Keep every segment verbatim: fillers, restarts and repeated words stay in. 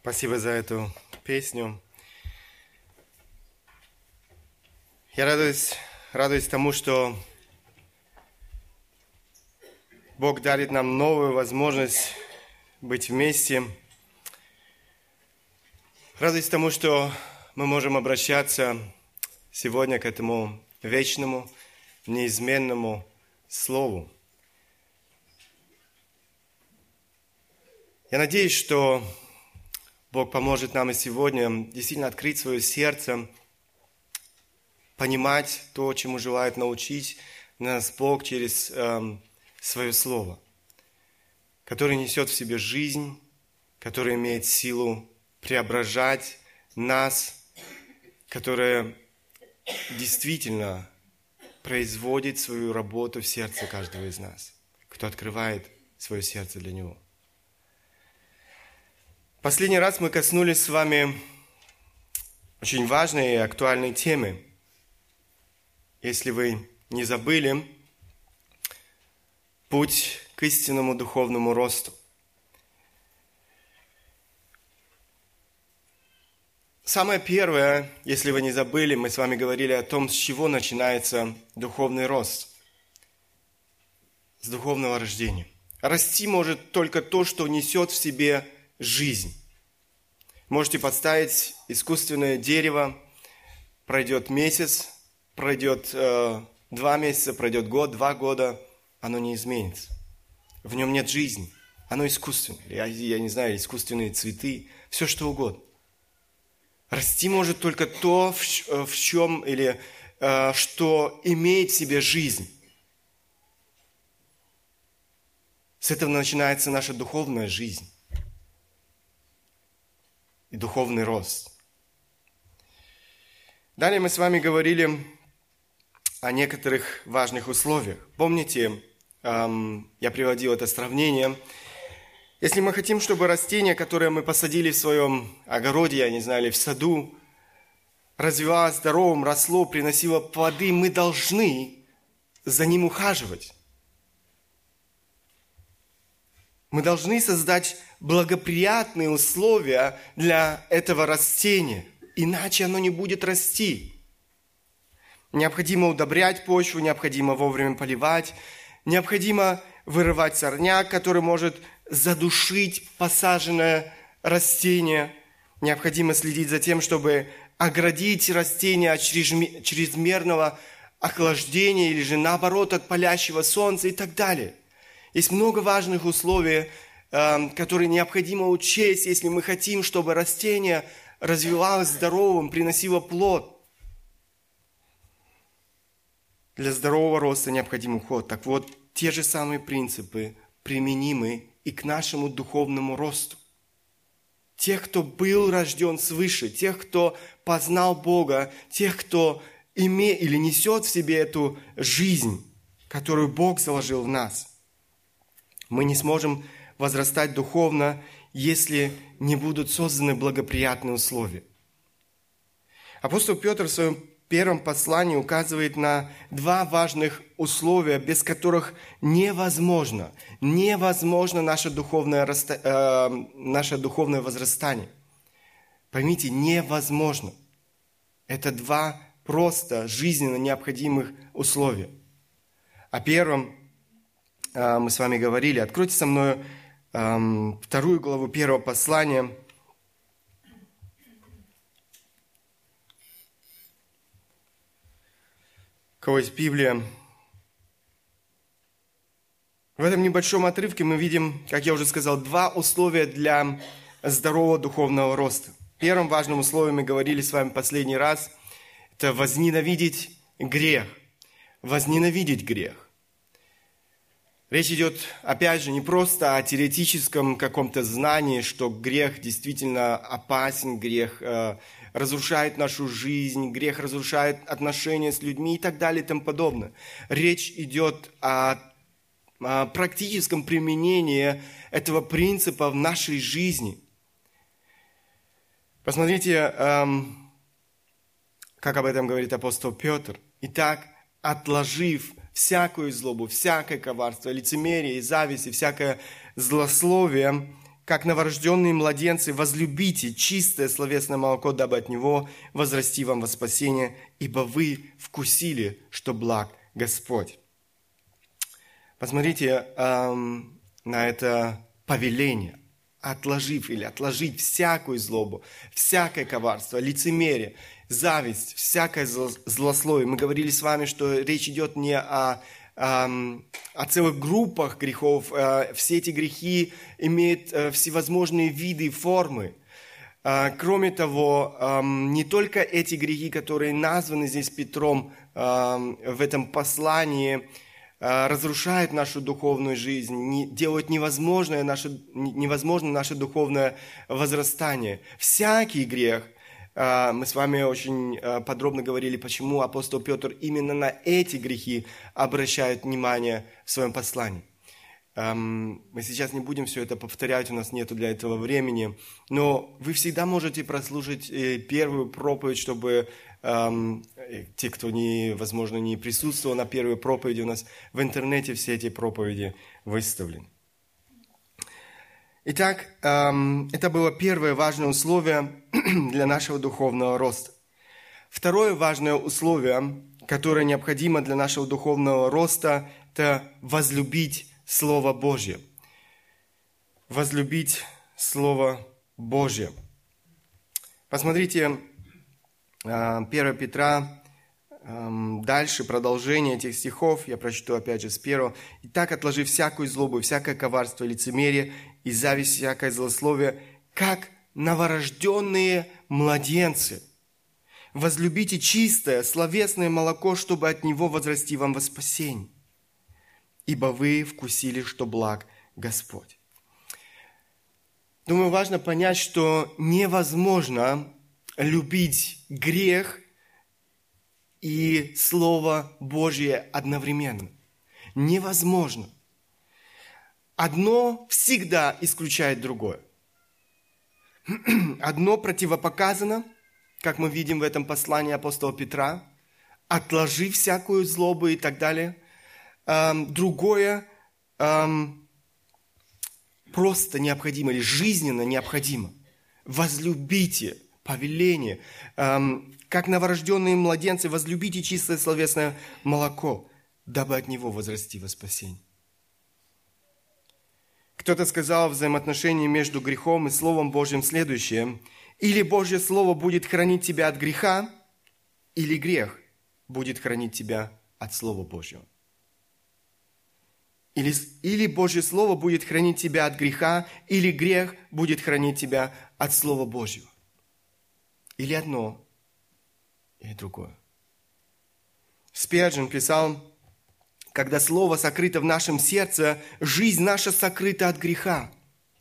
Спасибо за эту песню. Я радуюсь, радуюсь тому, что Бог дарит нам новую возможность быть вместе. Радуюсь тому, что мы можем обращаться сегодня к этому вечному, неизменному Слову. Я надеюсь, что Бог поможет нам и сегодня действительно открыть свое сердце, понимать то, чему желает научить нас Бог через э, свое Слово, которое несет в себе жизнь, которое имеет силу преображать нас, которое действительно производит свою работу в сердце каждого из нас, кто открывает свое сердце для Него. Последний раз мы коснулись с вами очень важной и актуальной темы. Если вы не забыли, путь к истинному духовному росту. Самое первое, если вы не забыли, мы с вами говорили о том, с чего начинается духовный рост. С духовного рождения. Расти может только то, что несет в себе жизнь. Можете подставить искусственное дерево, пройдет месяц, пройдет э, два месяца, пройдет год, два года, оно не изменится. В нем нет жизни, оно искусственное. Я, я не знаю, искусственные цветы, все что угодно. Расти может только то, в, в чем или э, что имеет в себе жизнь. С этого начинается наша духовная жизнь и духовный рост. Далее мы с вами говорили о некоторых важных условиях. Помните, эм, я приводил это сравнение. Если мы хотим, чтобы растение, которое мы посадили в своем огороде, я не знаю, или в саду, развивалось здоровым, росло, приносило плоды, мы должны за ним ухаживать. Мы должны создать благоприятные условия для этого растения, иначе оно не будет расти. Необходимо удобрять почву, необходимо вовремя поливать, необходимо вырывать сорняк, который может задушить посаженное растение. Необходимо следить за тем, чтобы оградить растение от чрезмерного охлаждения или же наоборот от палящего солнца и так далее. Есть много важных условий, которые необходимо учесть, если мы хотим, чтобы растение развивалось здоровым, приносило плод. Для здорового роста необходим уход. Так вот, те же самые принципы применимы и к нашему духовному росту. Тех, кто был рожден свыше, тех, кто познал Бога, тех, кто имеет или несет в себе эту жизнь, которую Бог заложил в нас. Мы не сможем возрастать духовно, если не будут созданы благоприятные условия. Апостол Петр в своем первом послании указывает на два важных условия, без которых невозможно, невозможно наше духовное, э, наше духовное возрастание. Поймите, невозможно. Это два просто жизненно необходимых условия. О первом э, мы с вами говорили. Откройте со мной э, вторую главу первого послания. У кого есть Библия? В этом небольшом отрывке мы видим, как я уже сказал, два условия для здорового духовного роста. Первым важным условием мы говорили с вами последний раз – это возненавидеть грех. Возненавидеть грех. Речь идет, опять же, не просто о теоретическом каком-то знании, что грех действительно опасен, грех э, разрушает нашу жизнь, грех разрушает отношения с людьми и так далее и тому подобное. Речь идет о, о практическом применении этого принципа в нашей жизни. Посмотрите, эм, как об этом говорит апостол Петр. Итак, отложив всякую злобу, всякое коварство, лицемерие и зависть, и всякое злословие, как новорожденные младенцы, возлюбите чистое словесное молоко, дабы от него возрасти вам во спасение, ибо вы вкусили, что благ Господь». Посмотрите эм, на это повеление. Отложив или отложить всякую злобу, всякое коварство, лицемерие, зависть, всякое злословие. Мы говорили с вами, что речь идет не о, о, о целых группах грехов. Все эти грехи имеют всевозможные виды и формы. Кроме того, не только эти грехи, которые названы здесь Петром в этом послании, разрушают нашу духовную жизнь, не, делают невозможное наше, невозможно наше духовное возрастание. Всякий грех, мы с вами очень подробно говорили, почему апостол Петр именно на эти грехи обращает внимание в своем послании. Мы сейчас не будем все это повторять, у нас нет для этого времени, но вы всегда можете прослушать первую проповедь, чтобы те, кто, не, возможно, не присутствовал на первой проповеди, у нас в интернете все эти проповеди выставлены. Итак, это было первое важное условие для нашего духовного роста. Второе важное условие, которое необходимо для нашего духовного роста, это возлюбить Слово Божье. Возлюбить Слово Божье. Посмотрите, первое Петра, дальше продолжение этих стихов, я прочту опять же с первого. «Итак, отложи всякую злобу, всякое коварство, лицемерие и зависть, всякое злословие, как новорожденные младенцы. Возлюбите чистое, словесное молоко, чтобы от него возрасти вам во спасение. Ибо вы вкусили, что благ Господь». Думаю, важно понять, что невозможно любить грех и Слово Божье одновременно. Невозможно. Одно всегда исключает другое. Одно противопоказано, как мы видим в этом послании апостола Петра, отложи всякую злобу и так далее. Другое просто необходимо или жизненно необходимо. Возлюбите. Повеление, эм, как новорожденные младенцы, возлюбите чистое словесное молоко, дабы от него возрасти во спасение. Кто-то сказал в взаимоотношении между грехом и Словом Божьим следующее: или Божье Слово будет хранить тебя от греха, или грех будет хранить тебя от Слова Божьего. Или, или Божье Слово будет хранить тебя от греха, или грех будет хранить тебя от Слова Божьего. Или одно, или другое. Спирджин писал: когда Слово сокрыто в нашем сердце, жизнь наша сокрыта от греха.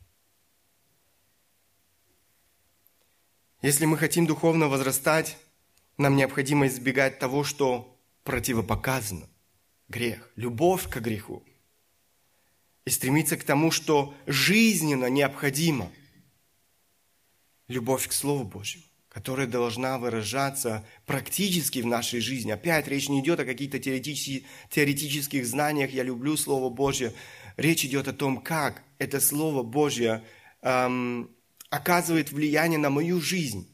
Если мы хотим духовно возрастать, нам необходимо избегать того, что противопоказано. Грех, любовь к греху. И стремиться к тому, что жизненно необходимо. Любовь к Слову Божьему, которая должна выражаться практически в нашей жизни. Опять речь не идет о каких-то теоретических, теоретических знаниях. Я люблю Слово Божье. Речь идет о том, как это Слово Божье эм, оказывает влияние на мою жизнь.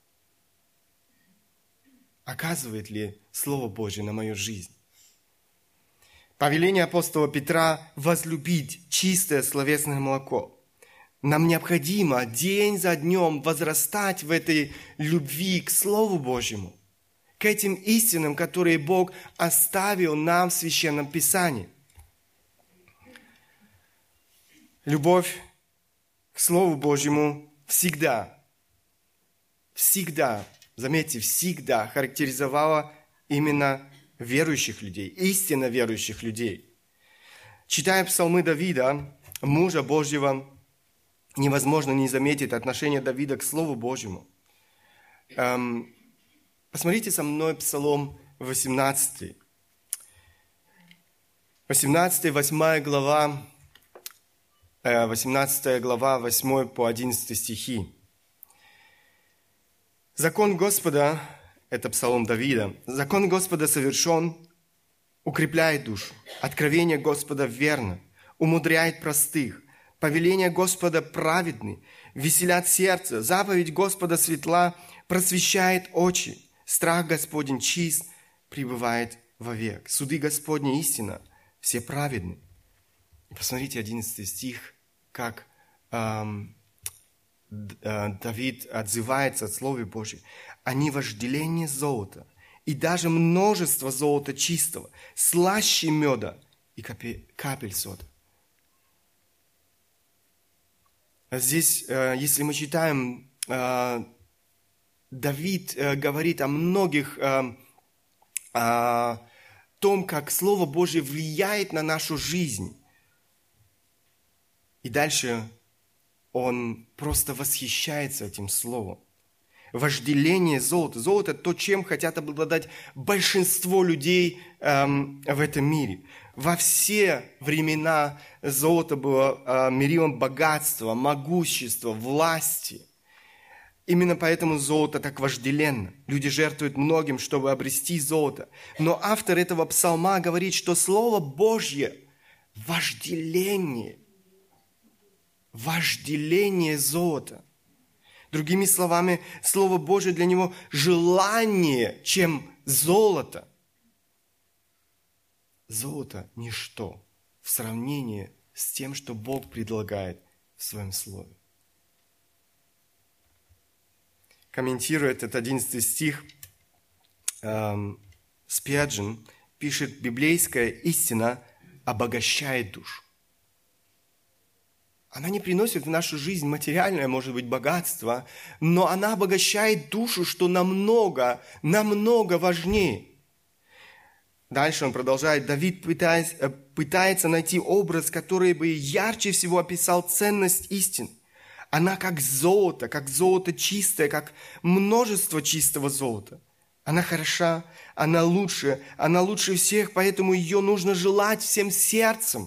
Оказывает ли Слово Божье на мою жизнь? Повеление апостола Петра возлюбить чистое словесное молоко. Нам необходимо день за днем возрастать в этой любви к Слову Божьему, к этим истинам, которые Бог оставил нам в Священном Писании. Любовь к Слову Божьему всегда, всегда, заметьте, всегда характеризовала именно верующих людей, истинно верующих людей. Читая псалмы Давида, мужа Божьего, невозможно не заметить отношение Давида к Слову Божьему. Эм, посмотрите со мной Псалом восемнадцатый. восемнадцатая, восьмая глава, э, восемнадцатая глава, восьмой по одиннадцатый стихи. «Закон Господа», это Псалом Давида, «закон Господа совершен, укрепляет душу. Откровение Господа верно, умудряет простых. Повеление Господа праведны, веселят сердце, заповедь Господа светла, просвещает очи. Страх Господень чист, пребывает вовек. Суды Господни истина, все праведны. И посмотрите одиннадцатый стих, как эм, Давид отзывается от Слова Божьего. Они вожделение золота, и даже множество золота чистого, слаще меда и капель сода. Здесь, если мы читаем, Давид говорит о многих, о том, как Слово Божье влияет на нашу жизнь. И дальше он просто восхищается этим Словом. Вожделение золота. Золото – это то, чем хотят обладать большинство людей эм, в этом мире. Во все времена золото было э, мерилом богатства, могущества, власти. Именно поэтому золото так вожделенно. Люди жертвуют многим, чтобы обрести золото. Но автор этого псалма говорит, что Слово Божье – вожделение. Вожделение золота. Другими словами, Слово Божие для него желание, чем золото. Золото – ничто в сравнении с тем, что Бог предлагает в Своем Слове. Комментируя этот одиннадцатый стих, эм, Спирджин пишет: «Библейская истина обогащает душу». Она не приносит в нашу жизнь материальное, может быть, богатство, но она обогащает душу, что намного, намного важнее. Дальше он продолжает. Давид пытается, пытается найти образ, который бы ярче всего описал ценность истины. Она как золото, как золото чистое, как множество чистого золота. Она хороша, она лучше, она лучше всех, поэтому ее нужно желать всем сердцем.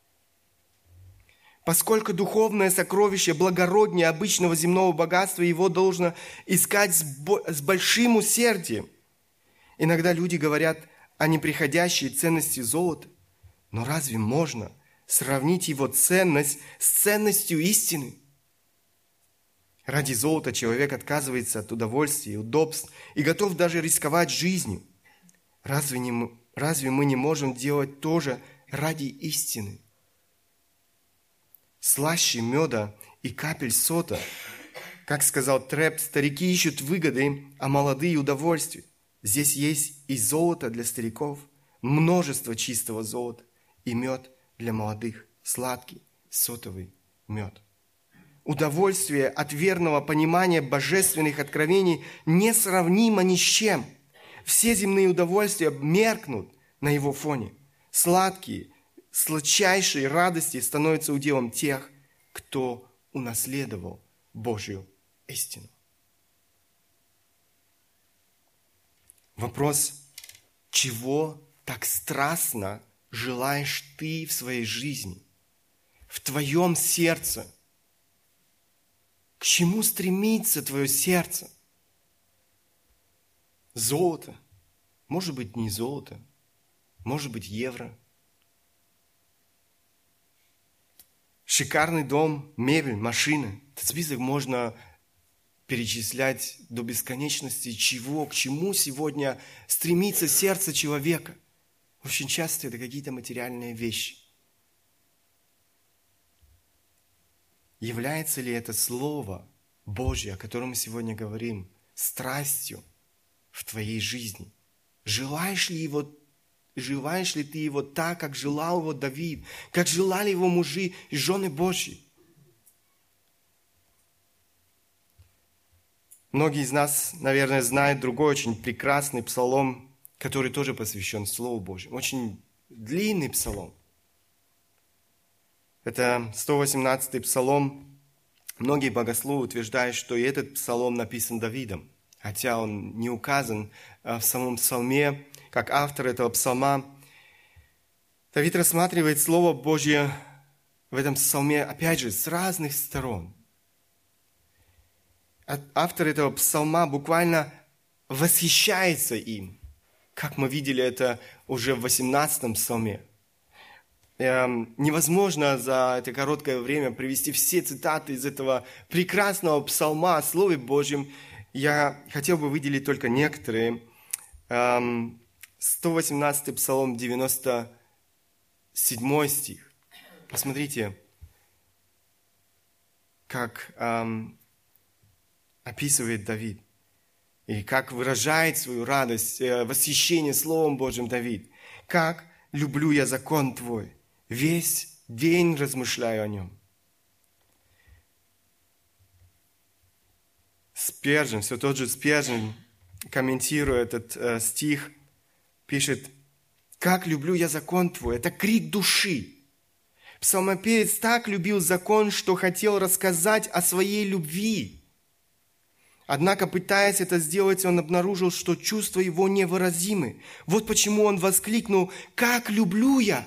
Поскольку духовное сокровище благороднее обычного земного богатства, его должно искать с большим усердием. Иногда люди говорят о неприходящей ценности золота, но разве можно сравнить его ценность с ценностью истины? Ради золота человек отказывается от удовольствий и удобств и готов даже рисковать жизнью. Разве, не мы, разве мы не можем делать то же ради истины? Слаще меда и капель сода. Как сказал Трэп, старики ищут выгоды, а молодые удовольствия. Здесь есть и золото для стариков, множество чистого золота, и мед для молодых, сладкий, сотовый мед. Удовольствие от верного понимания божественных откровений несравнимо ни с чем. Все земные удовольствия меркнут на его фоне. Сладкие, сладчайшие радости становятся уделом тех, кто унаследовал Божью истину. Вопрос: чего так страстно желаешь ты в своей жизни, в твоем сердце? К чему стремится твое сердце? Золото. Может быть, не золото. Может быть, евро. Шикарный дом, мебель, машины. Этот список можно перечислять до бесконечности, чего, к чему сегодня стремится сердце человека. Очень часто это какие-то материальные вещи. Является ли это Слово Божье, о котором мы сегодня говорим, страстью в твоей жизни? Желаешь ли его, желаешь ли ты его так, как желал его Давид, как желали его мужи и жены Божьи? Многие из нас, наверное, знают другой очень прекрасный псалом, который тоже посвящен Слову Божьему. Очень длинный псалом. Это сто восемнадцатый псалом. Многие богословы утверждают, что и этот псалом написан Давидом, хотя он не указан в самом псалме, как автор этого псалма. Давид рассматривает Слово Божье в этом псалме, опять же, с разных сторон. Автор этого псалма буквально восхищается им, как мы видели это уже в восемнадцатом псалме. эм, невозможно за это короткое время привести все цитаты из этого прекрасного псалма о Слове Божьем. Я хотел бы выделить только некоторые. Эм, сто восемнадцатый псалом, девяносто седьмой стих. Посмотрите, как эм, описывает Давид, и как выражает свою радость, э, восхищение Словом Божьим Давид. «Как люблю я закон Твой, весь день размышляю о нем». Спержин, все тот же Спержин, комментируя этот э, стих, пишет: «Как люблю я закон Твой». Это крик души. Псалмопевец так любил закон, что хотел рассказать о своей любви. Однако, пытаясь это сделать, он обнаружил, что чувства его невыразимы. Вот почему он воскликнул: «Как люблю я!»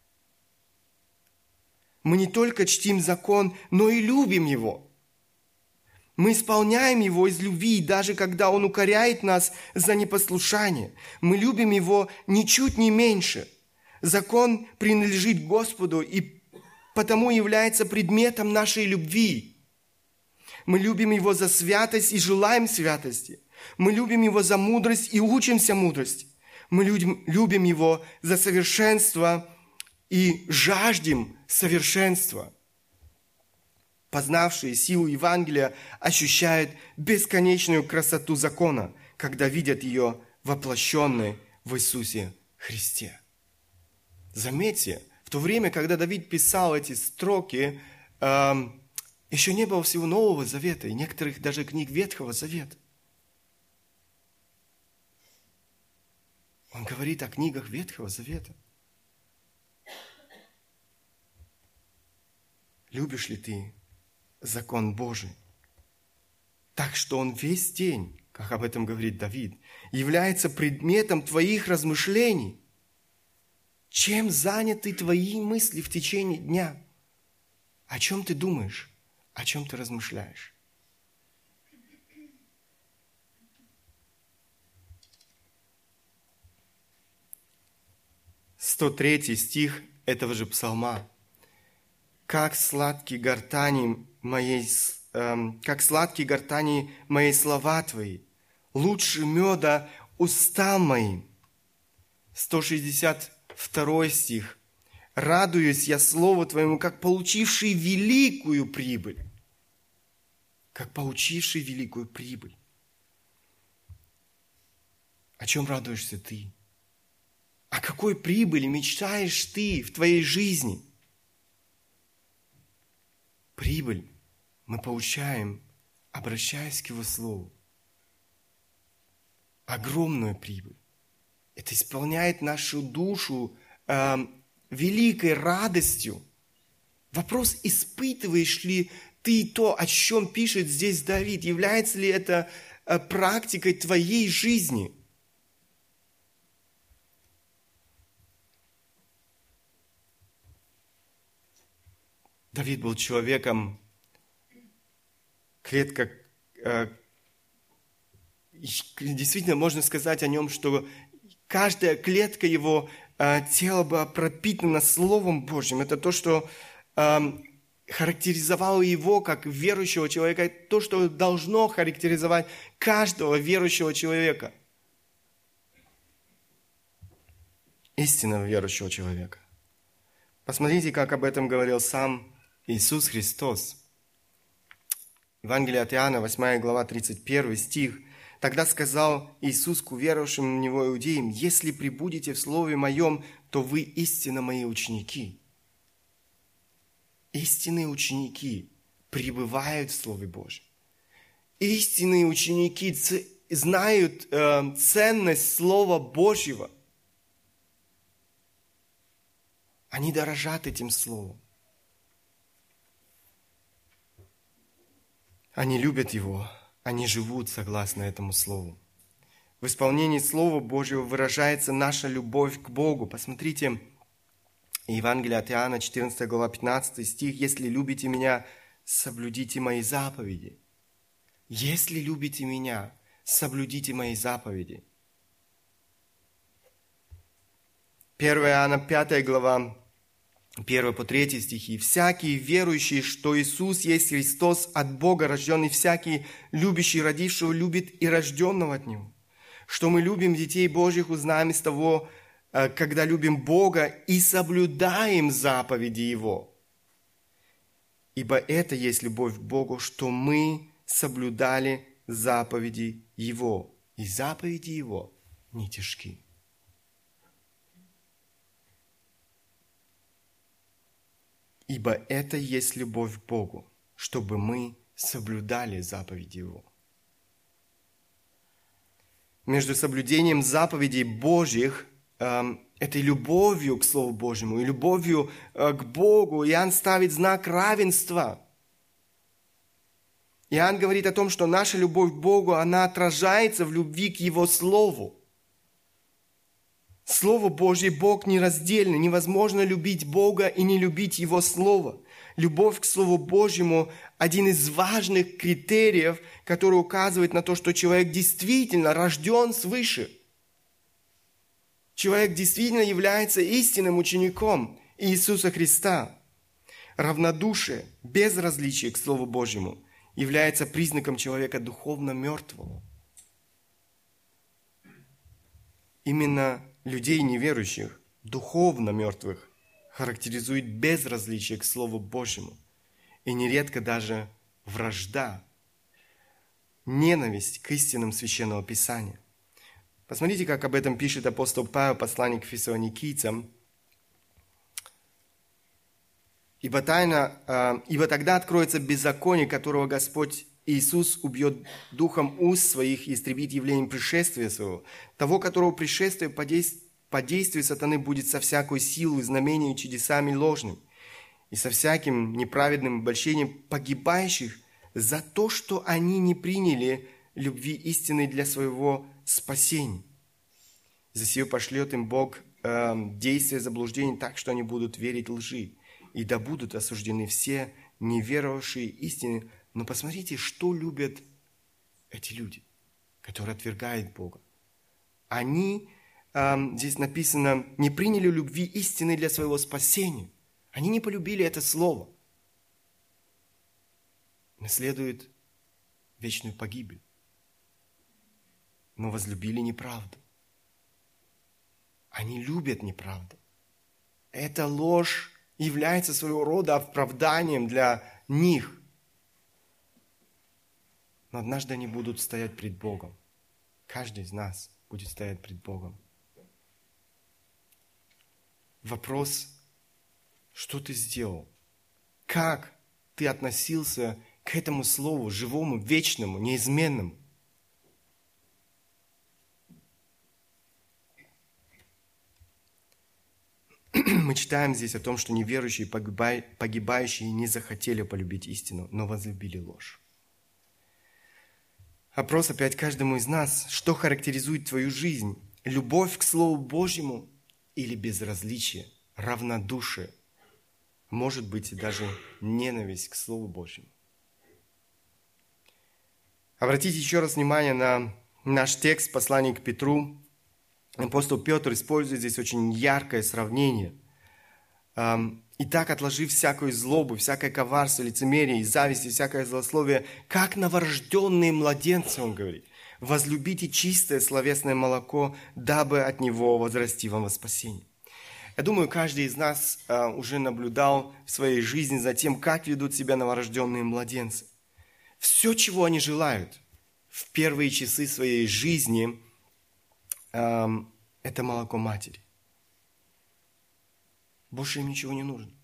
Мы не только чтим закон, но и любим его. Мы исполняем его из любви, даже когда он укоряет нас за непослушание. Мы любим его ничуть не меньше. Закон принадлежит Господу и потому является предметом нашей любви. Мы любим Его за святость и желаем святости. Мы любим Его за мудрость и учимся мудрости. Мы любим, любим Его за совершенство и жаждем совершенства. Познавшие силу Евангелия ощущают бесконечную красоту закона, когда видят ее воплощенной в Иисусе Христе. Заметьте, в то время, когда Давид писал эти строки, эм, еще не было всего Нового Завета и некоторых даже книг Ветхого Завета. Он говорит о книгах Ветхого Завета. Любишь ли ты закон Божий? Так что он весь день, как об этом говорит Давид, является предметом твоих размышлений. Чем заняты твои мысли в течение дня? О чем ты думаешь? О чем ты размышляешь? сто третий стих этого же псалма. «Как сладкие гортани моей, эм, как сладкие гортани мои слова Твои, лучше меда устам моим». сто шестьдесят второй стих. «Радуюсь я Слову Твоему, как получивший великую прибыль». Как получивший великую прибыль. О чем радуешься ты? О какой прибыли мечтаешь ты в твоей жизни? Прибыль мы получаем, обращаясь к Его Слову. Огромную прибыль. Это исполняет нашу душу э, великой радостью. Вопрос, испытываешь ли ты то, о чем пишет здесь Давид? Является ли это э, практикой твоей жизни? Давид был человеком, клетка, э, действительно можно сказать о нем, что каждая клетка его э, тела была пропитана Словом Божьим. Это то, что э, характеризовало его как верующего человека, то, что должно характеризовать каждого верующего человека. Истинного верующего человека. Посмотрите, как об этом говорил сам Иисус Христос. Евангелие от Иоанна, восьмая глава, тридцать первый стих. «Тогда сказал Иисус к уверовавшим в Него иудеям: если пребудете в Слове Моем, то вы истинно Мои ученики». Истинные ученики пребывают в Слове Божьем. Истинные ученики ц- знают э, ценность Слова Божьего. Они дорожат этим Словом. Они любят его, они живут согласно этому Слову. В исполнении Слова Божьего выражается наша любовь к Богу. Посмотрите, Евангелие от Иоанна, четырнадцатая глава, пятнадцатый стих. «Если любите Меня, соблюдите Мои заповеди». Если любите Меня, соблюдите Мои заповеди. первое Иоанна, пятая глава, первый по третий стихи. «Всякий верующий, что Иисус есть Христос от Бога рожденный, всякий любящий родившего любит и рожденного от Него. Что мы любим детей Божьих, узнаем из того, когда любим Бога и соблюдаем заповеди Его. Ибо это есть любовь к Богу, что мы соблюдали заповеди Его. И заповеди Его не тяжки». Ибо это есть любовь к Богу, чтобы мы соблюдали заповеди Его. Между соблюдением заповедей Божьих, э, этой любовью к Слову Божьему и любовью э, к Богу, Иоанн ставит знак равенства. Иоанн говорит о том, что наша любовь к Богу, она отражается в любви к Его Слову. Слово Божье, Бог нераздельный. Невозможно любить Бога и не любить Его Слово. Любовь к Слову Божьему – один из важных критериев, который указывает на то, что человек действительно рожден свыше. Человек действительно является истинным учеником Иисуса Христа. Равнодушие, безразличие к Слову Божьему является признаком человека духовно мертвого. Именно людей неверующих, духовно мертвых, характеризует безразличие к Слову Божьему и нередко даже вражда, ненависть к истинам Священного Писания. Посмотрите, как об этом пишет апостол Павел, послание к фессалоникийцам. «Ибо, тайна, э, ибо тогда откроется беззаконие, которого Господь Иисус убьет духом уст своих и истребит явлением пришествия своего, того, которого пришествие по действию, по действию сатаны будет со всякой силой, знамениями, чудесами ложными, и со всяким неправедным обольщением погибающих за то, что они не приняли любви истинной для своего спасения. За сие пошлет им Бог э, действие заблуждений так, что они будут верить лжи, и да будут осуждены все неверовавшие истины». Но посмотрите, что любят эти люди, которые отвергают Бога. Они, э, здесь написано, не приняли любви истины для своего спасения. Они не полюбили это слово. Наследуют вечную погибель. Но возлюбили неправду. Они любят неправду. Эта ложь является своего рода оправданием для них. Но однажды они будут стоять пред Богом. Каждый из нас будет стоять пред Богом. Вопрос, что ты сделал? Как ты относился к этому слову, живому, вечному, неизменному? Мы читаем здесь о том, что неверующие, погибающие не захотели полюбить истину, но возлюбили ложь. Вопрос опять каждому из нас: что характеризует твою жизнь? Любовь к Слову Божьему или безразличие, равнодушие? Может быть, и даже ненависть к Слову Божьему. Обратите еще раз внимание на наш текст послания к Петру. Апостол Петр использует здесь очень яркое сравнение. «Итак, отложив всякую злобу, всякое коварство, лицемерие и зависть, и всякое злословие, как новорожденные младенцы, он говорит, возлюбите чистое словесное молоко, дабы от него возрасти вам во спасение». Я думаю, каждый из нас а, уже наблюдал в своей жизни за тем, как ведут себя новорожденные младенцы. Все, чего они желают в первые часы своей жизни, а, это молоко матери. Больше им ничего не нужно.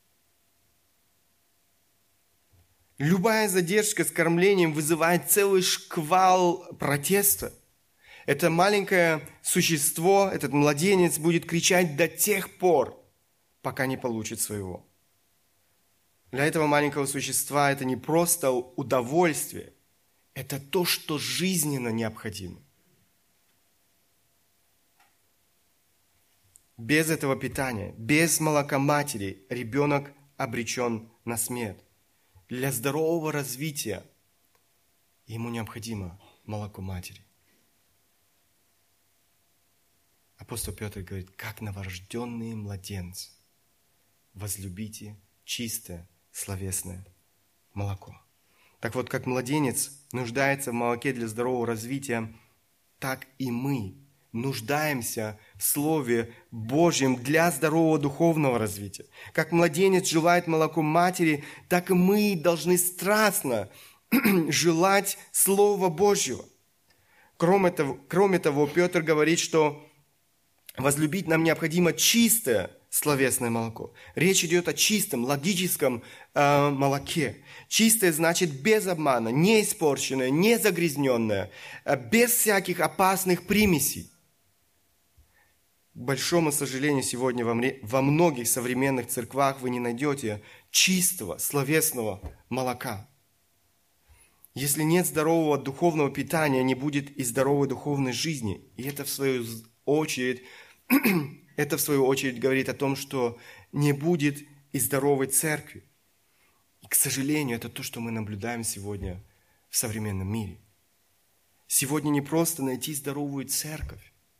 Любая задержка с кормлением вызывает целый шквал протеста. Это маленькое существо, этот младенец будет кричать до тех пор, пока не получит своего. Для этого маленького существа это не просто удовольствие, это то, что жизненно необходимо. Без этого питания, без молока матери ребенок обречен на смерть. Для здорового развития ему необходимо молоко матери. Апостол Петр говорит, как новорожденные младенцы, возлюбите чистое словесное молоко. Так вот, как младенец нуждается в молоке для здорового развития, так и мы нуждаемся в Слове Божьем для здорового духовного развития. Как младенец желает молоко матери, так и мы должны страстно желать Слова Божьего. Кроме того, кроме того, Петр говорит, что возлюбить нам необходимо чистое словесное молоко. Речь идет о чистом, логическом э, молоке. Чистое значит без обмана, не испорченное, не загрязненное, э, без всяких опасных примесей. К большому сожалению, сегодня во, во многих современных церквах вы не найдете чистого словесного молока. Если нет здорового духовного питания, не будет и здоровой духовной жизни. И это в свою очередь, это в свою очередь говорит о том, что не будет и здоровой церкви. И, к сожалению, это то, что мы наблюдаем сегодня в современном мире. Сегодня не просто найти здоровую церковь.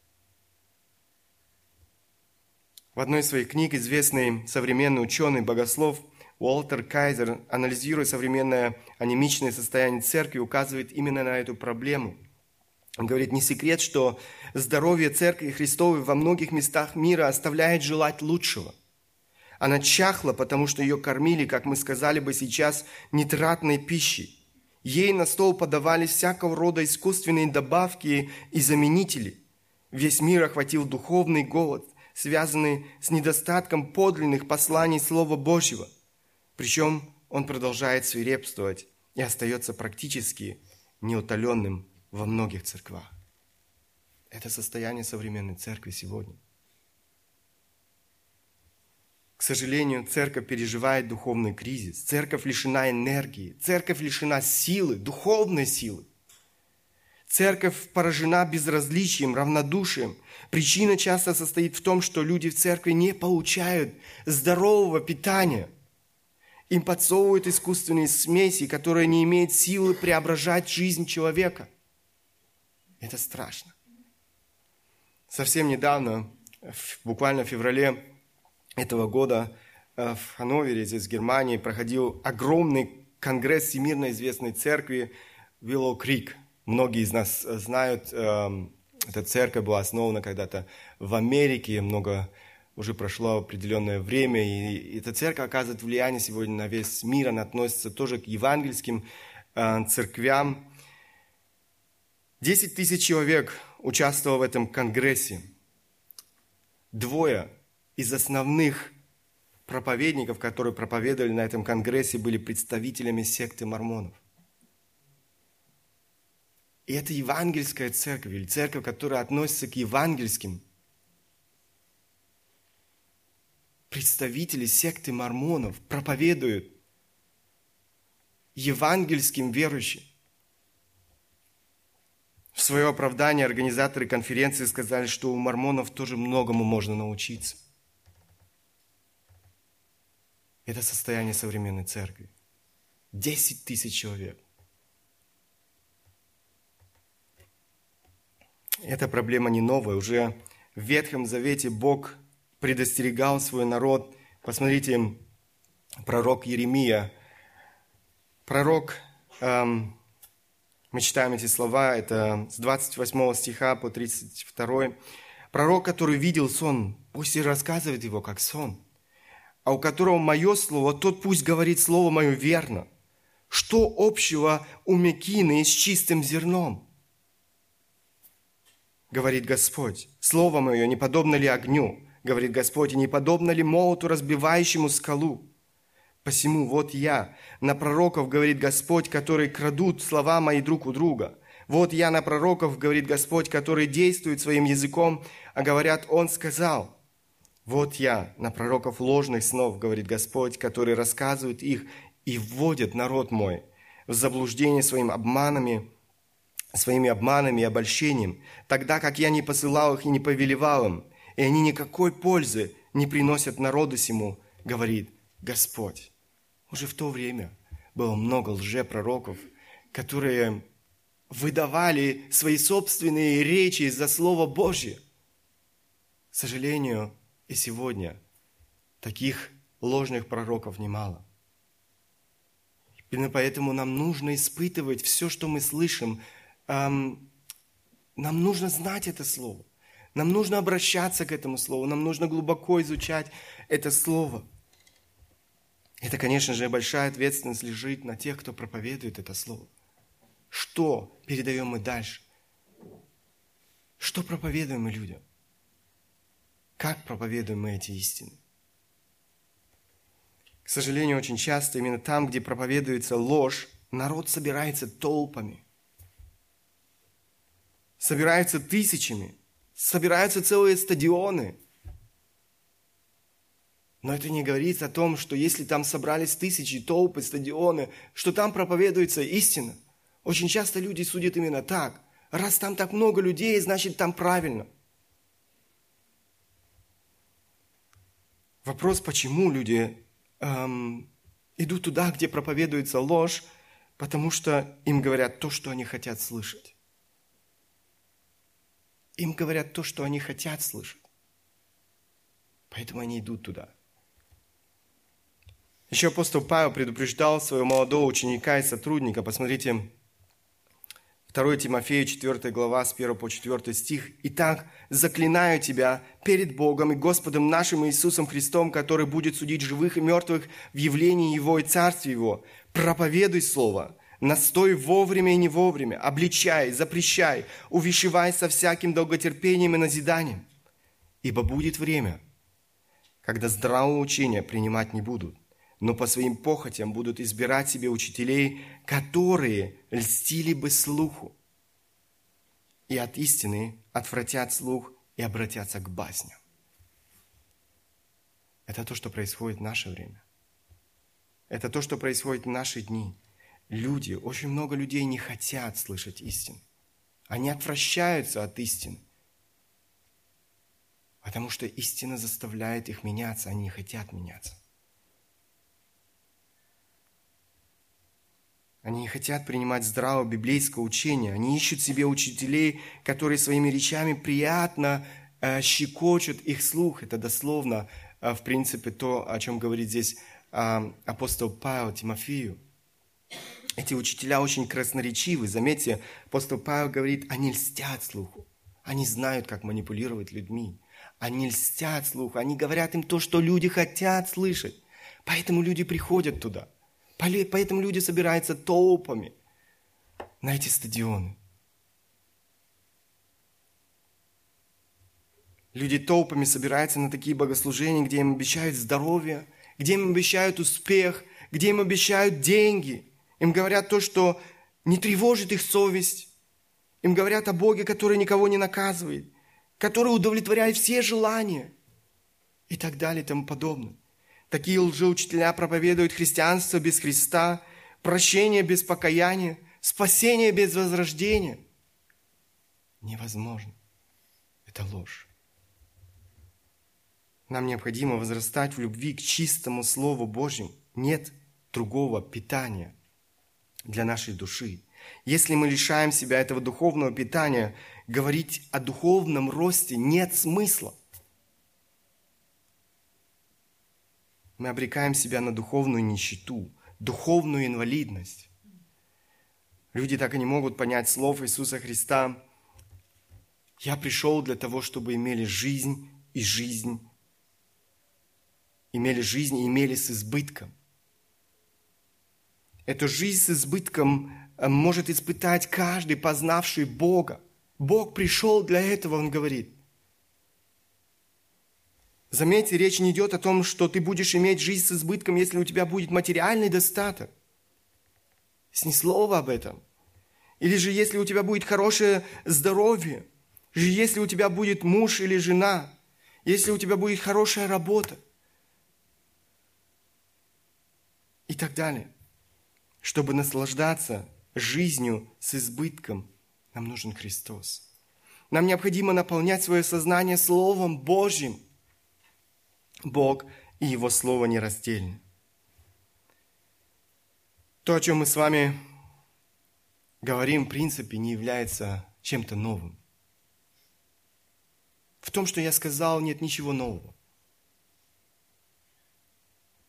В одной из своих книг известный современный ученый, богослов Уолтер Кайзер, анализируя современное анемичное состояние церкви, указывает именно на эту проблему. Он говорит, не секрет, что здоровье церкви Христовой во многих местах мира оставляет желать лучшего. Она чахла, потому что ее кормили, как мы сказали бы сейчас, нитратной пищей. Ей на стол подавались всякого рода искусственные добавки и заменители. Весь мир охватил духовный голод, связанный с недостатком подлинных посланий Слова Божьего. Причем он продолжает свирепствовать и остается практически неутоленным во многих церквах. Это состояние современной церкви сегодня. К сожалению, церковь переживает духовный кризис. Церковь лишена энергии. Церковь лишена силы, духовной силы. Церковь поражена безразличием, равнодушием. Причина часто состоит в том, что люди в церкви не получают здорового питания. Им подсовывают искусственные смеси, которые не имеют силы преображать жизнь человека. Это страшно. Совсем недавно, буквально в феврале этого года, в Ханновере, здесь в Германии, проходил огромный конгресс всемирно известной церкви Willow Creek. Многие из нас знают, эта церковь была основана когда-то в Америке, много уже прошло определенное время, и эта церковь оказывает влияние сегодня на весь мир, она относится тоже к евангельским церквям. Десять тысяч человек участвовало в этом конгрессе. Двое из основных проповедников, которые проповедовали на этом конгрессе, были представителями секты мормонов. И это евангельская церковь, или церковь, которая относится к евангельским. Представители секты мормонов проповедуют евангельским верующим. В свое оправдание организаторы конференции сказали, что у мормонов тоже многому можно научиться. Это состояние современной церкви. Десять тысяч человек. Эта проблема не новая. Уже в Ветхом Завете Бог предостерегал свой народ. Посмотрите, пророк Иеремия. Пророк, эм, мы читаем эти слова, это с двадцать восьмого стиха по тридцать второй. Пророк, который видел сон, пусть и рассказывает его как сон. А у которого мое слово, тот пусть говорит слово мое верно. Что общего у мекины с чистым зерном? Говорит Господь, слово мое не подобно ли огню? Говорит Господь, и не подобно ли молоту, разбивающему скалу? Посему вот я, на пророков, говорит Господь, которые крадут слова мои друг у друга. Вот я на пророков, говорит Господь, которые действуют своим языком, а говорят, Он сказал. Вот я на пророков ложных снов, говорит Господь, которые рассказывают их и вводят народ мой в заблуждение своим обманами, своими обманами и обольщением, тогда как я не посылал их и не повелевал им, и они никакой пользы не приносят народу сему, говорит Господь. Уже в то время было много лжепророков, которые выдавали свои собственные речи за Слово Божье. К сожалению, и сегодня таких ложных пророков немало. Именно поэтому нам нужно испытывать все, что мы слышим. Эм, нам нужно знать это Слово. Нам нужно обращаться к этому Слову. Нам нужно глубоко изучать это Слово. Это, конечно же, большая ответственность лежит на тех, кто проповедует это Слово. Что передаем мы дальше? Что проповедуем мы людям? Как проповедуем мы эти истины? К сожалению, очень часто именно там, где проповедуется ложь, народ собирается толпами. Собираются тысячами. Собираются целые стадионы. Но это не говорит о том, что если там собрались тысячи, толпы, стадионы, что там проповедуется истина. Очень часто люди судят именно так. Раз там так много людей, значит там правильно. Вопрос, почему люди эм, идут туда, где проповедуется ложь, потому что им говорят то, что они хотят слышать. Им говорят то, что они хотят слышать. Поэтому они идут туда. Еще апостол Павел предупреждал своего молодого ученика и сотрудника. Посмотрите, второе Тимофею, четвёртая глава, с первого по четвёртый стих. «Итак, заклинаю тебя перед Богом и Господом нашим Иисусом Христом, который будет судить живых и мертвых в явлении Его и Царстве Его. Проповедуй Слово, настой вовремя и не вовремя, обличай, запрещай, увещевай со всяким долготерпением и назиданием. Ибо будет время, когда здравого учения принимать не будут, но по своим похотям будут избирать себе учителей, которые льстили бы слуху, и от истины отвратят слух и обратятся к басням». Это то, что происходит в наше время. Это то, что происходит в наши дни. Люди, очень много людей не хотят слышать истину. Они отвращаются от истины, потому что истина заставляет их меняться, они не хотят меняться. Они не хотят принимать здравого библейского учения. Они ищут себе учителей, которые своими речами приятно э, щекочут их слух. Это дословно, э, в принципе, то, о чем говорит здесь э, апостол Павел Тимофею. Эти учителя очень красноречивы. Заметьте, апостол Павел говорит, они льстят слуху. Они знают, как манипулировать людьми. Они льстят слуху. Они говорят им то, что люди хотят слышать. Поэтому люди приходят туда. Поэтому люди собираются толпами на эти стадионы. Люди толпами собираются на такие богослужения, где им обещают здоровье, где им обещают успех, где им обещают деньги. Им говорят то, что не тревожит их совесть. Им говорят о Боге, который никого не наказывает, который удовлетворяет все желания и так далее и тому подобное. Такие лжеучителя проповедуют христианство без Христа, прощение без покаяния, спасение без возрождения. Невозможно. Это ложь. Нам необходимо возрастать в любви к чистому Слову Божьему. Нет другого питания для нашей души. Если мы лишаем себя этого духовного питания, говорить о духовном росте нет смысла. Мы обрекаем себя на духовную нищету, духовную инвалидность. Люди так и не могут понять слов Иисуса Христа. «Я пришел для того, чтобы имели жизнь и жизнь, имели жизнь и имели с избытком». Эту жизнь с избытком может испытать каждый, познавший Бога. Бог пришел для этого, Он говорит. Заметьте, речь не идет о том, что ты будешь иметь жизнь с избытком, если у тебя будет материальный достаток. Здесь ни слова об этом. Или же если у тебя будет хорошее здоровье, если у тебя будет муж или жена, если у тебя будет хорошая работа и так далее. Чтобы наслаждаться жизнью с избытком, нам нужен Христос. Нам необходимо наполнять свое сознание Словом Божьим. Бог и Его Слово нераздельны. То, о чем мы с вами говорим, в принципе, не является чем-то новым. В том, что я сказал, нет ничего нового.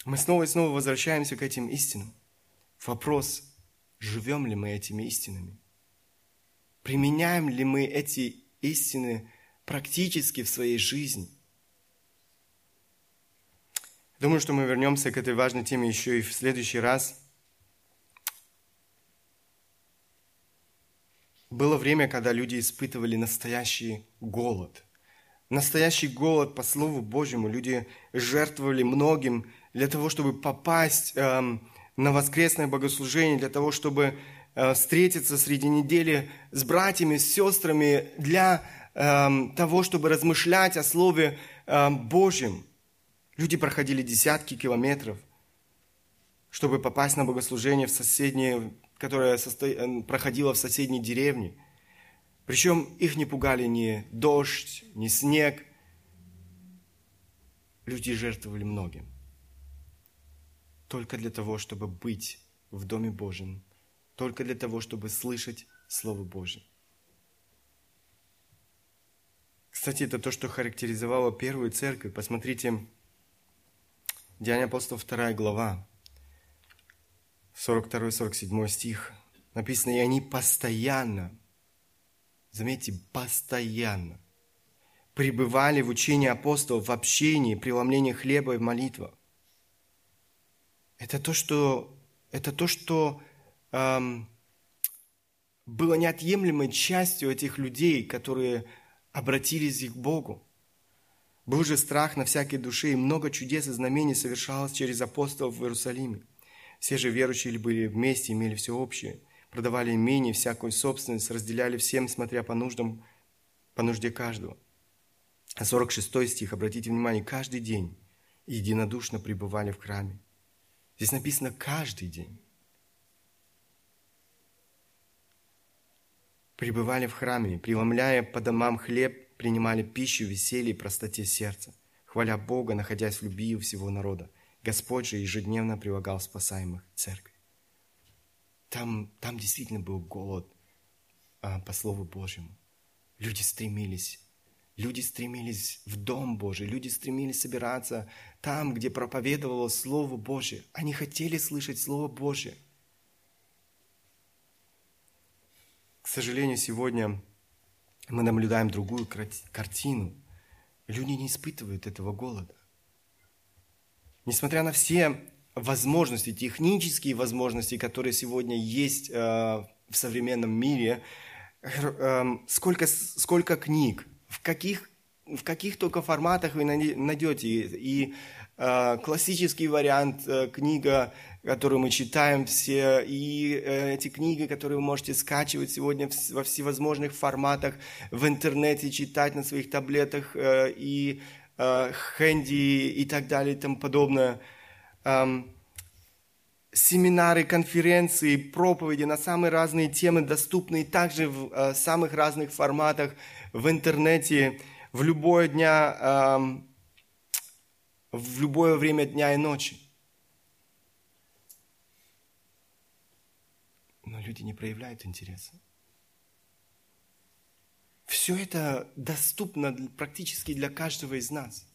Мы снова и снова возвращаемся к этим истинам. Вопрос, живем ли мы этими истинами? Применяем ли мы эти истины практически в своей жизни? Думаю, что мы вернемся к этой важной теме еще и в следующий раз. Было время, когда люди испытывали настоящий голод. Настоящий голод по Слову Божьему. Люди жертвовали многим для того, чтобы попасть эм, на воскресное богослужение, для того, чтобы э, встретиться среди недели с братьями, с сестрами, для эм, того, чтобы размышлять о Слове эм, Божьем. Люди проходили десятки километров, чтобы попасть на богослужение в соседнее, которое состо... проходило в соседней деревне. Причем их не пугали ни дождь, ни снег. Люди жертвовали многим. Только для того, чтобы быть в Доме Божьем. Только для того, чтобы слышать Слово Божье. Кстати, это то, что характеризовало первую церковь. Посмотрите, Деяния апостолов, вторая глава, сорок второй сорок седьмой стих. Написано, и они постоянно, заметьте, постоянно пребывали в учении апостолов, в общении, преломлении хлеба и в молитвах. Это то, что, это то, что эм, было неотъемлемой частью этих людей, которые обратились к Богу. Был же страх на всякой душе, и много чудес и знамений совершалось через апостолов в Иерусалиме. Все же верующие были вместе, имели все общее, продавали имение, всякую собственность, разделяли всем, смотря по нуждам, по нужде каждого. А сорок шестой стих, обратите внимание, каждый день единодушно пребывали в храме. Здесь написано «каждый день». Пребывали в храме, преломляя по домам хлеб, принимали пищу в веселье и простоте сердца, хваля Бога, находясь в любви у всего народа. Господь же ежедневно прилагал спасаемых в церкви. Там, там действительно был голод а, по Слову Божьему. Люди стремились, люди стремились в Дом Божий, люди стремились собираться там, где проповедовало Слово Божье. Они хотели слышать Слово Божье. К сожалению, сегодня мы наблюдаем другую картину. Люди не испытывают этого голода. Несмотря на все возможности, технические возможности, которые сегодня есть э, в современном мире, э, сколько, сколько книг, в каких, в каких только форматах вы найдете. И э, классический вариант, э, книга, которую мы читаем все, и э, эти книги, которые вы можете скачивать сегодня в, во всевозможных форматах, в интернете, читать на своих таблетах, э, и э, хэнди и так далее и тому подобное. Эм, семинары, конференции, проповеди на самые разные темы, доступные также в э, самых разных форматах, в интернете, в любое дня, э, в любое время дня и ночи. Но люди не проявляют интереса. Все это доступно практически для каждого из нас.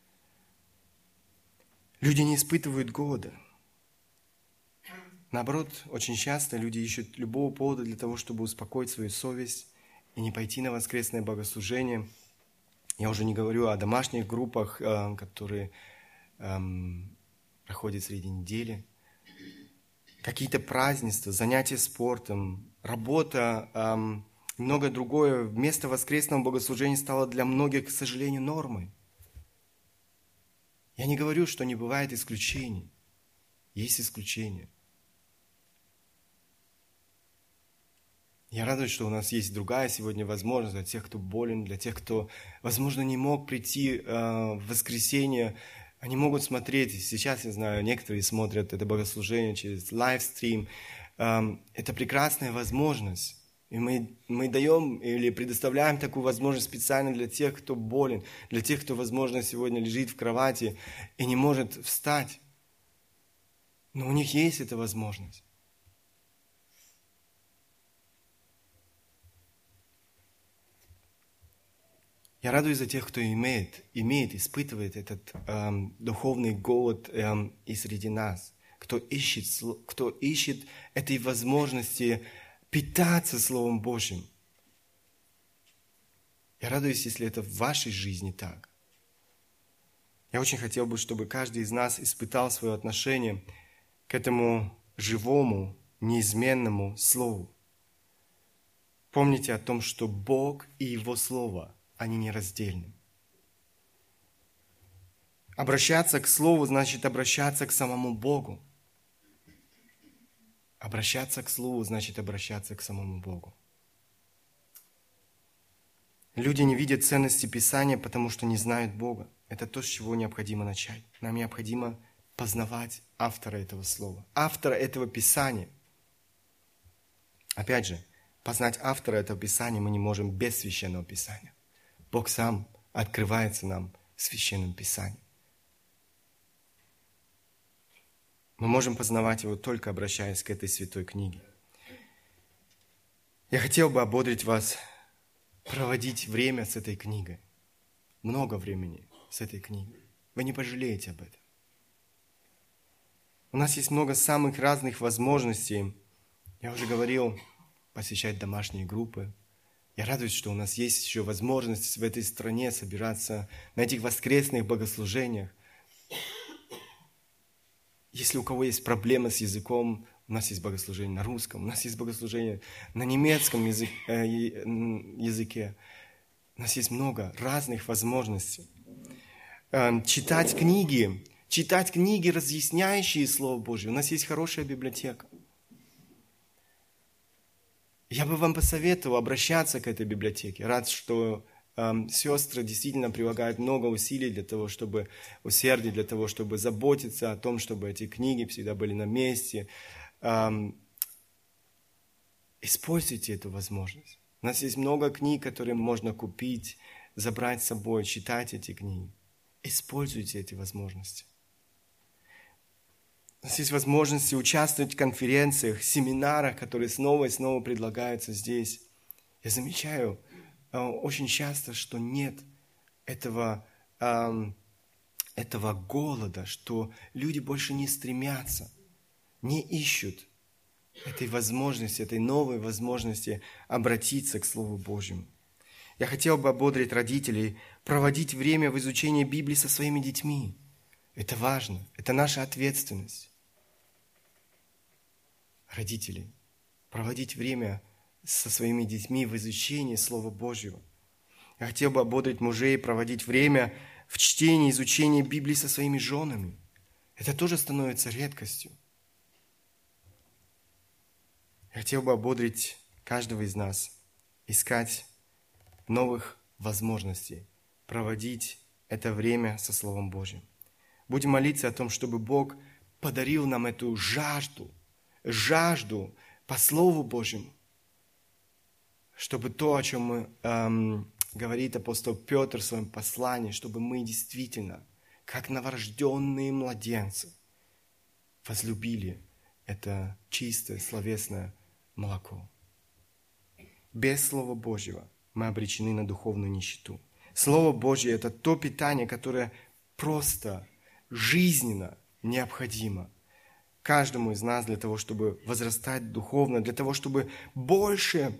Люди не испытывают голода. Наоборот, очень часто люди ищут любого повода для того, чтобы успокоить свою совесть и не пойти на воскресное богослужение. Я уже не говорю о домашних группах, которые проходят среди недели. Какие-то празднества, занятия спортом, работа, эм, многое другое вместо воскресного богослужения стало для многих, к сожалению, нормой. Я не говорю, что не бывает исключений. Есть исключения. Я радуюсь, что у нас есть другая сегодня возможность для тех, кто болен, для тех, кто, возможно, не мог прийти э, в воскресенье. Они могут смотреть, сейчас, я знаю, некоторые смотрят это богослужение через лайвстрим. Это прекрасная возможность. И мы, мы даем или предоставляем такую возможность специально для тех, кто болен, для тех, кто, возможно, сегодня лежит в кровати и не может встать. Но у них есть эта возможность. Я радуюсь за тех, кто имеет, имеет испытывает этот эм, духовный голод эм, и среди нас, кто ищет, кто ищет этой возможности питаться Словом Божьим. Я радуюсь, если это в вашей жизни так. Я очень хотел бы, чтобы каждый из нас испытал свое отношение к этому живому, неизменному Слову. Помните о том, что Бог и Его Слово, они нераздельны. Обращаться к Слову значит обращаться к самому Богу. Обращаться к Слову значит обращаться к самому Богу. Люди не видят ценности Писания, потому что не знают Бога. Это то, с чего необходимо начать. Нам необходимо познавать автора этого слова, автора этого Писания. Опять же, познать автора этого Писания мы не можем без Священного Писания. Бог сам открывается нам в Священном Писании. Мы можем познавать Его, только обращаясь к этой святой книге. Я хотел бы ободрить вас проводить время с этой книгой. Много времени с этой книгой. Вы не пожалеете об этом. У нас есть много самых разных возможностей. Я уже говорил, посещать домашние группы. Я радуюсь, что у нас есть еще возможность в этой стране собираться на этих воскресных богослужениях. Если у кого есть проблемы с языком, у нас есть богослужение на русском, у нас есть богослужение на немецком язык, э, языке. У нас есть много разных возможностей. Э, читать книги, читать книги, разъясняющие Слово Божье. У нас есть хорошая библиотека. Я бы вам посоветовал обращаться к этой библиотеке. Рад, что э, сестры действительно прилагают много усилий для того, чтобы усердие, для того, чтобы заботиться о том, чтобы эти книги всегда были на месте. Э, используйте эту возможность. У нас есть много книг, которые можно купить, забрать с собой, читать эти книги. Используйте эти возможности. У нас есть возможности участвовать в конференциях, семинарах, которые снова и снова предлагаются здесь. Я замечаю э, очень часто, что нет этого, э, этого голода, что люди больше не стремятся, не ищут этой возможности, этой новой возможности обратиться к Слову Божьему. Я хотел бы ободрить родителей проводить время в изучении Библии со своими детьми. Это важно, это наша ответственность. Родители, проводить время со своими детьми в изучении Слова Божьего. Я хотел бы ободрить мужей проводить время в чтении, изучении Библии со своими женами. Это тоже становится редкостью. Я хотел бы ободрить каждого из нас искать новых возможностей, проводить это время со Словом Божьим. Будем молиться о том, чтобы Бог подарил нам эту жажду, жажду по Слову Божьему, чтобы то, о чем мы, эм, говорит апостол Петр в своем послании, чтобы мы действительно, как новорожденные младенцы, возлюбили это чистое словесное молоко. Без Слова Божьего мы обречены на духовную нищету. Слово Божье – это то питание, которое просто, жизненно необходимо каждому из нас для того, чтобы возрастать духовно, для того, чтобы больше,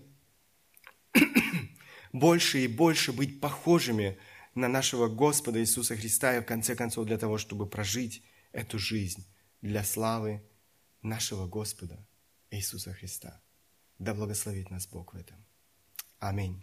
больше и больше быть похожими на нашего Господа Иисуса Христа и, в конце концов, для того, чтобы прожить эту жизнь для славы нашего Господа Иисуса Христа. Да благословит нас Бог в этом. Аминь.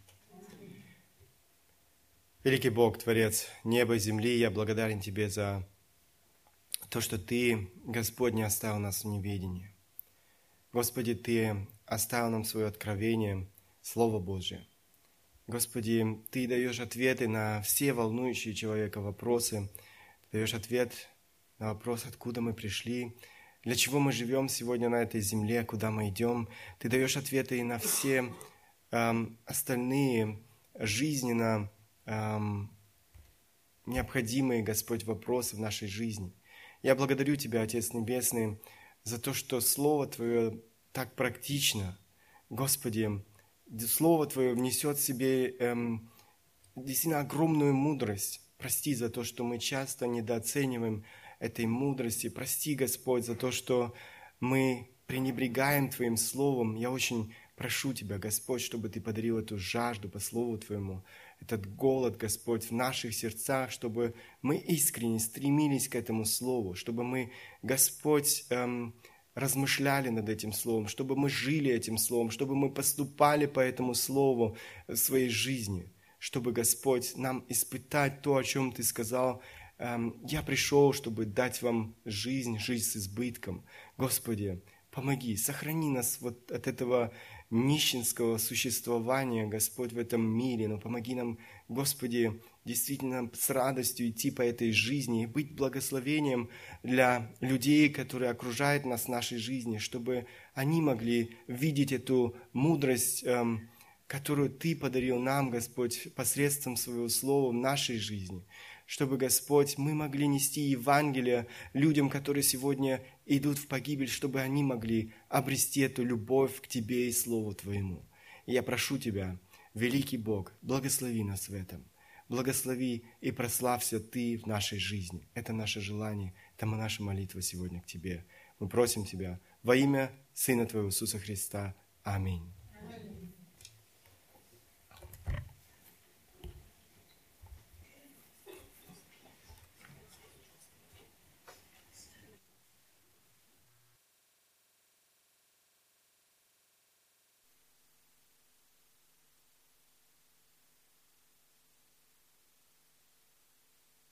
Великий Бог, Творец неба и земли, я благодарен Тебе за то, что Ты, Господь, не оставил нас в неведении. Господи, Ты оставил нам свое откровение, Слово Божие. Господи, Ты даешь ответы на все волнующие человека вопросы, Ты даешь ответ на вопрос, откуда мы пришли, для чего мы живем сегодня на этой земле, куда мы идем. Ты даешь ответы и на все эм, остальные жизненно эм, необходимые, Господь, вопросы в нашей жизни. Я благодарю Тебя, Отец Небесный, за то, что Слово Твое так практично. Господи, Слово Твое внесет в себе эм, действительно огромную мудрость. Прости за то, что мы часто недооцениваем этой мудрости. Прости, Господь, за то, что мы пренебрегаем Твоим Словом. Я очень прошу Тебя, Господь, чтобы Ты подарил эту жажду по Слову Твоему, этот голод, Господь, в наших сердцах, чтобы мы искренне стремились к этому Слову, чтобы мы, Господь, эм, размышляли над этим Словом, чтобы мы жили этим Словом, чтобы мы поступали по этому Слову в своей жизни, чтобы, Господь, нам испытать то, о чем Ты сказал. Эм, я пришел, чтобы дать вам жизнь, жизнь с избытком. Господи, помоги, сохрани нас вот от этого нищенского существования, Господь, в этом мире. Но помоги нам, Господи, действительно с радостью идти по этой жизни и быть благословением для людей, которые окружают нас в нашей жизни, чтобы они могли видеть эту мудрость, эм, которую Ты подарил нам, Господь, посредством Своего Слова в нашей жизни. Чтобы, Господь, мы могли нести Евангелие людям, которые сегодня идут в погибель, чтобы они могли обрести эту любовь к Тебе и Слову Твоему. И я прошу Тебя, великий Бог, благослови нас в этом. Благослови и прославься Ты в нашей жизни. Это наше желание, это наша молитва сегодня к Тебе. Мы просим Тебя во имя Сына Твоего Иисуса Христа. Аминь.